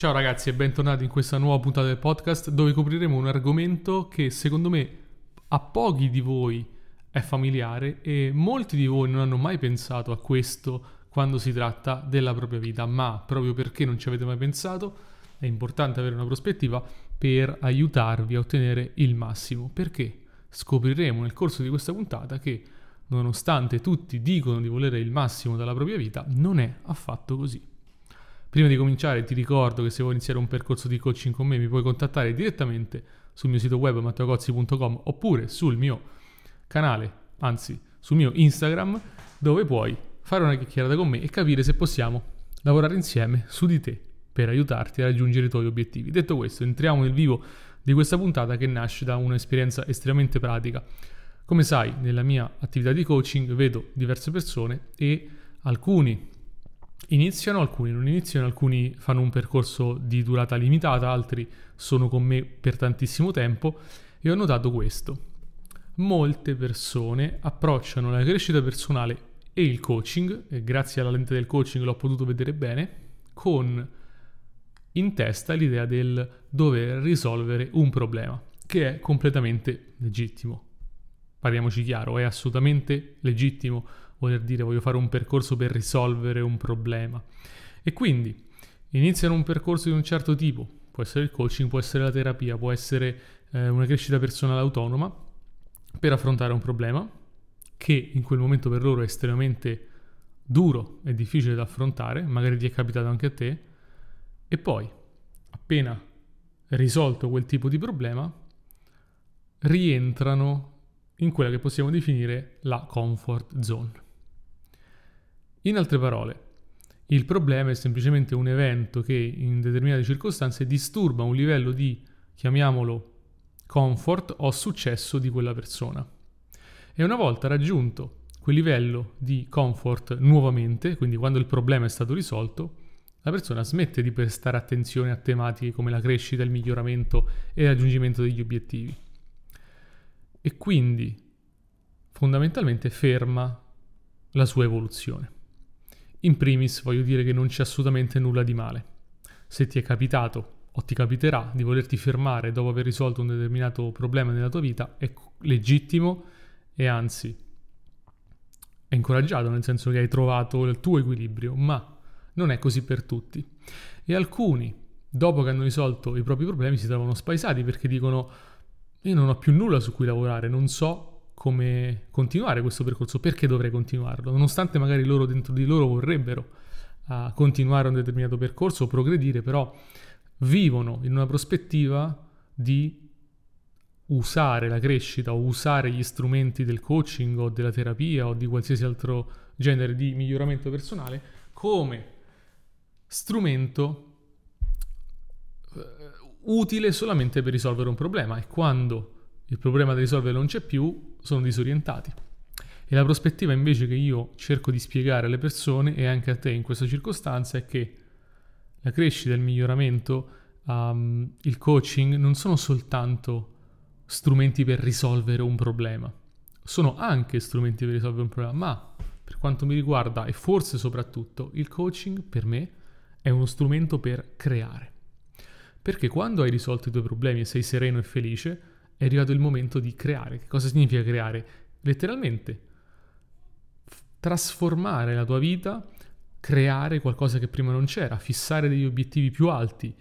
Ciao ragazzi e bentornati in questa nuova puntata del podcast dove copriremo un argomento che secondo me a pochi di voi è familiare e molti di voi non hanno mai pensato a questo quando si tratta della propria vita, ma proprio perché non ci avete mai pensato è importante avere una prospettiva per aiutarvi a ottenere il massimo, perché scopriremo nel corso di questa puntata che nonostante tutti dicono di volere il massimo dalla propria vita, non è affatto così. Prima di cominciare ti ricordo che se vuoi iniziare un percorso di coaching con me mi puoi contattare direttamente sul mio sito web matteocozzi.com oppure sul mio canale, anzi sul mio Instagram, dove puoi fare una chiacchierata con me e capire se possiamo lavorare insieme su di te per aiutarti a raggiungere i tuoi obiettivi. Detto questo, entriamo nel vivo di questa puntata che nasce da un'esperienza estremamente pratica. Come sai, nella mia attività di coaching vedo diverse persone e alcuni iniziano, alcuni non iniziano, alcuni fanno un percorso di durata limitata, altri sono con me per tantissimo tempo e ho notato questo. Molte persone approcciano la crescita personale e il coaching, e grazie alla lente del coaching l'ho potuto vedere bene, con in testa l'idea del dover risolvere un problema, che è completamente legittimo. Parliamoci chiaro, è assolutamente legittimo voler dire voglio fare un percorso per risolvere un problema. E quindi iniziano un percorso di un certo tipo, può essere il coaching, può essere la terapia, può essere una crescita personale autonoma, per affrontare un problema che in quel momento per loro è estremamente duro e difficile da affrontare, magari ti è capitato anche a te, e poi, appena risolto quel tipo di problema, rientrano in quella che possiamo definire la comfort zone. In altre parole, il problema è semplicemente un evento che in determinate circostanze disturba un livello di, chiamiamolo, comfort o successo di quella persona. E una volta raggiunto quel livello di comfort nuovamente, quindi quando il problema è stato risolto, la persona smette di prestare attenzione a tematiche come la crescita, il miglioramento e il raggiungimento degli obiettivi. E quindi fondamentalmente ferma la sua evoluzione. In primis voglio dire che non c'è assolutamente nulla di male. Se ti è capitato o ti capiterà di volerti fermare dopo aver risolto un determinato problema nella tua vita, è legittimo e anzi è incoraggiato, nel senso che hai trovato il tuo equilibrio, ma non è così per tutti. E alcuni, dopo che hanno risolto i propri problemi, si trovano spaesati perché dicono io non ho più nulla su cui lavorare, non so come continuare questo percorso, perché dovrei continuarlo, nonostante magari loro dentro di loro vorrebbero continuare un determinato percorso o progredire, però vivono in una prospettiva di usare la crescita o usare gli strumenti del coaching o della terapia o di qualsiasi altro genere di miglioramento personale come strumento utile solamente per risolvere un problema, e quando il problema da risolvere non c'è più, sono disorientati. E la prospettiva invece che io cerco di spiegare alle persone e anche a te in questa circostanza è che la crescita, il miglioramento, il coaching non sono soltanto strumenti per risolvere un problema, sono anche strumenti per risolvere un problema, ma per quanto mi riguarda e forse soprattutto il coaching per me è uno strumento per creare. Perché quando hai risolto i tuoi problemi e sei sereno e felice, è arrivato il momento di creare. Che cosa significa creare? Letteralmente trasformare la tua vita, creare qualcosa che prima non c'era, fissare degli obiettivi più alti,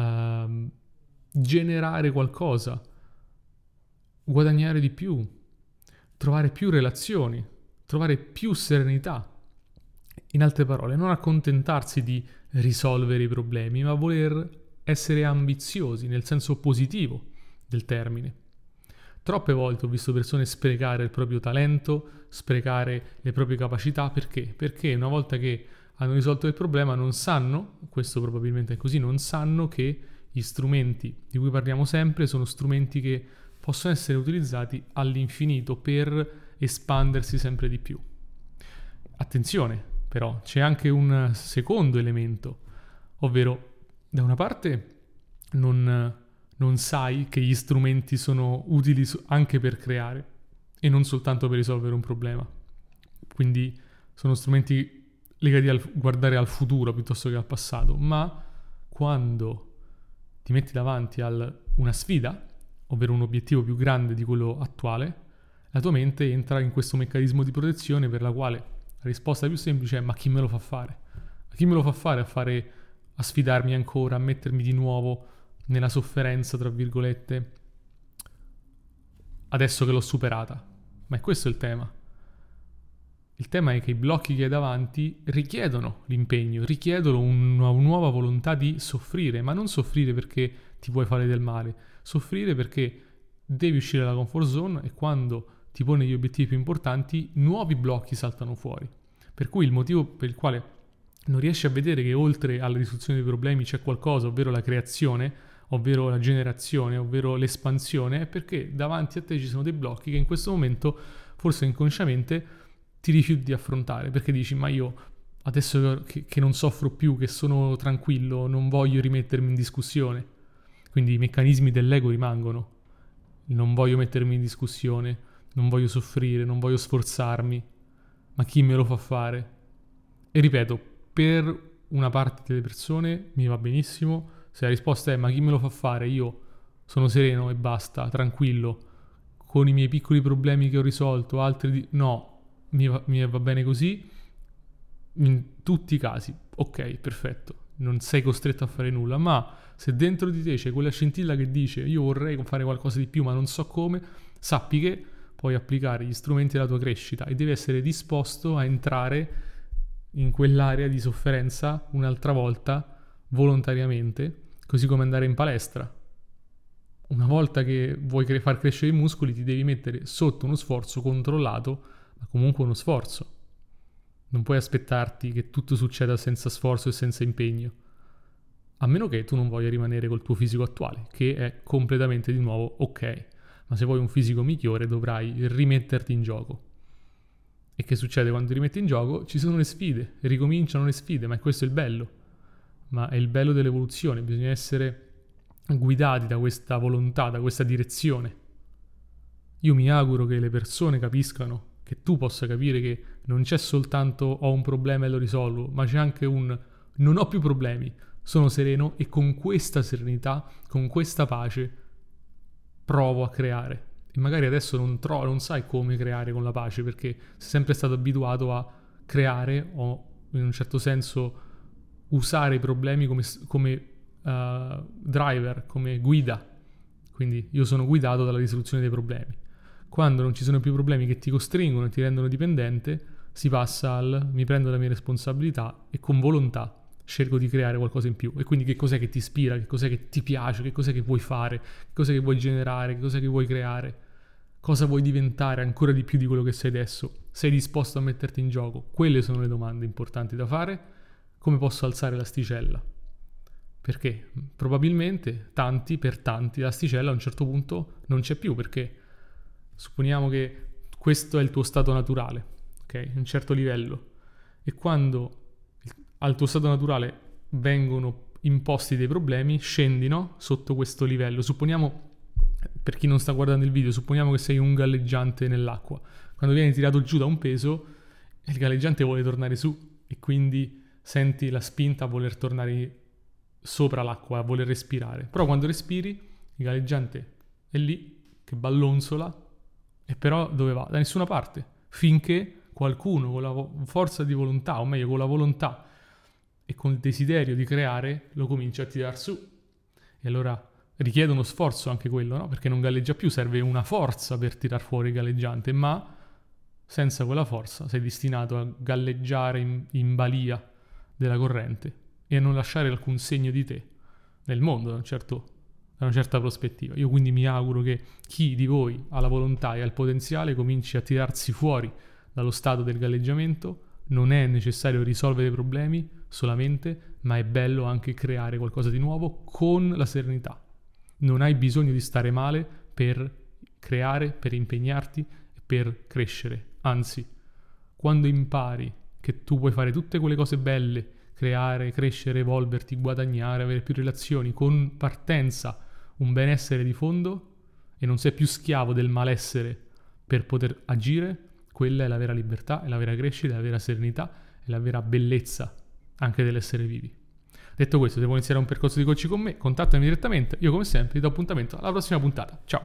generare qualcosa, guadagnare di più, trovare più relazioni, trovare più serenità. In altre parole, non accontentarsi di risolvere i problemi, ma voler essere ambiziosi nel senso positivo del termine. Troppe volte ho visto persone sprecare il proprio talento, sprecare le proprie capacità, perché? Perché una volta che hanno risolto il problema non sanno, questo probabilmente è così, non sanno che gli strumenti di cui parliamo sempre sono strumenti che possono essere utilizzati all'infinito per espandersi sempre di più. Attenzione, però, c'è anche un secondo elemento, ovvero da una parte non sai che gli strumenti sono utili anche per creare e non soltanto per risolvere un problema. Quindi sono strumenti legati al guardare al futuro piuttosto che al passato, ma quando ti metti davanti a una sfida, ovvero un obiettivo più grande di quello attuale, la tua mente entra in questo meccanismo di protezione per la quale la risposta più semplice è: ma chi me lo fa fare? Ma chi me lo fa fare a sfidarmi ancora, a mettermi di nuovo nella sofferenza, tra virgolette, adesso che l'ho superata? Ma è questo il tema. Il tema è che i blocchi che hai davanti richiedono l'impegno, richiedono una nuova volontà di soffrire, ma non soffrire perché ti vuoi fare del male, soffrire perché devi uscire dalla comfort zone e quando ti poni gli obiettivi più importanti, nuovi blocchi saltano fuori. Per cui il motivo per il quale non riesci a vedere che oltre alla risoluzione dei problemi c'è qualcosa, ovvero la creazione, ovvero la generazione, ovvero l'espansione, è perché davanti a te ci sono dei blocchi che in questo momento, forse inconsciamente, ti rifiuti di affrontare, perché dici: ma io adesso che non soffro più, che sono tranquillo, non voglio rimettermi in discussione. Quindi i meccanismi dell'ego rimangono. Non voglio mettermi in discussione, non voglio soffrire, non voglio sforzarmi, ma chi me lo fa fare? E ripeto, per una parte delle persone mi va benissimo, se la risposta è: ma chi me lo fa fare? Io sono sereno e basta, tranquillo, con i miei piccoli problemi che ho risolto, no, mi va bene così, in tutti i casi, ok, perfetto, non sei costretto a fare nulla, ma se dentro di te c'è quella scintilla che dice: io vorrei fare qualcosa di più ma non so come, sappi che puoi applicare gli strumenti della tua crescita e devi essere disposto a entrare in quell'area di sofferenza un'altra volta volontariamente, così come andare in palestra. Una volta che vuoi far crescere i muscoli ti devi mettere sotto uno sforzo controllato, ma comunque uno sforzo. Non puoi aspettarti che tutto succeda senza sforzo e senza impegno, a meno che tu non voglia rimanere col tuo fisico attuale, che è completamente di nuovo ok, ma se vuoi un fisico migliore dovrai rimetterti in gioco. E che succede quando ti rimetti in gioco? Ci sono le sfide, ricominciano le sfide, ma è questo il bello. Ma è il bello dell'evoluzione, bisogna essere guidati da questa volontà, da questa direzione. Io mi auguro che le persone capiscano, che tu possa capire che non c'è soltanto ho un problema e lo risolvo, ma c'è anche un non ho più problemi, sono sereno e con questa serenità, con questa pace provo a creare. E magari adesso non sai come creare con la pace, perché sei sempre stato abituato a creare o in un certo senso usare i problemi come driver, come guida. Quindi io sono guidato dalla risoluzione dei problemi. Quando non ci sono più problemi che ti costringono e ti rendono dipendente, si passa al mi prendo la mia responsabilità e con volontà cerco di creare qualcosa in più. E quindi che cos'è che ti ispira, che cos'è che ti piace, che cos'è che vuoi fare, che cos'è che vuoi generare, che cos'è che vuoi creare, cosa vuoi diventare ancora di più di quello che sei adesso. Sei disposto a metterti in gioco? Quelle sono le domande importanti da fare. Come posso alzare l'asticella? Perché probabilmente per tanti l'asticella a un certo punto non c'è più, perché supponiamo che questo è il tuo stato naturale, ok? Un certo livello. E quando al tuo stato naturale vengono imposti dei problemi, scendi, no? Sotto questo livello. Supponiamo, per chi non sta guardando il video, supponiamo che sei un galleggiante nell'acqua. Quando vieni tirato giù da un peso, il galleggiante vuole tornare su e quindi senti la spinta a voler tornare sopra l'acqua, a voler respirare. Però quando respiri, il galleggiante è lì che ballonzola e però dove va? Da nessuna parte, finché qualcuno con la forza di volontà, o meglio con la volontà e con il desiderio di creare, lo comincia a tirar su. E allora richiede uno sforzo anche quello, no? Perché non galleggia più, serve una forza per tirar fuori il galleggiante, ma senza quella forza sei destinato a galleggiare in balia della corrente e a non lasciare alcun segno di te nel mondo da una certa prospettiva. Io quindi mi auguro che chi di voi ha la volontà e ha il potenziale cominci a tirarsi fuori dallo stato del galleggiamento. Non è necessario risolvere i problemi solamente, ma è bello anche creare qualcosa di nuovo con la serenità. Non hai bisogno di stare male per creare, per impegnarti e per crescere. Anzi, quando impari che tu puoi fare tutte quelle cose belle, creare, crescere, evolverti, guadagnare, avere più relazioni, con partenza un benessere di fondo e non sei più schiavo del malessere per poter agire, quella è la vera libertà, è la vera crescita, è la vera serenità, è la vera bellezza anche dell'essere vivi. Detto questo, se vuoi iniziare un percorso di coaching con me, contattami direttamente. Io come sempre ti do appuntamento alla prossima puntata. Ciao!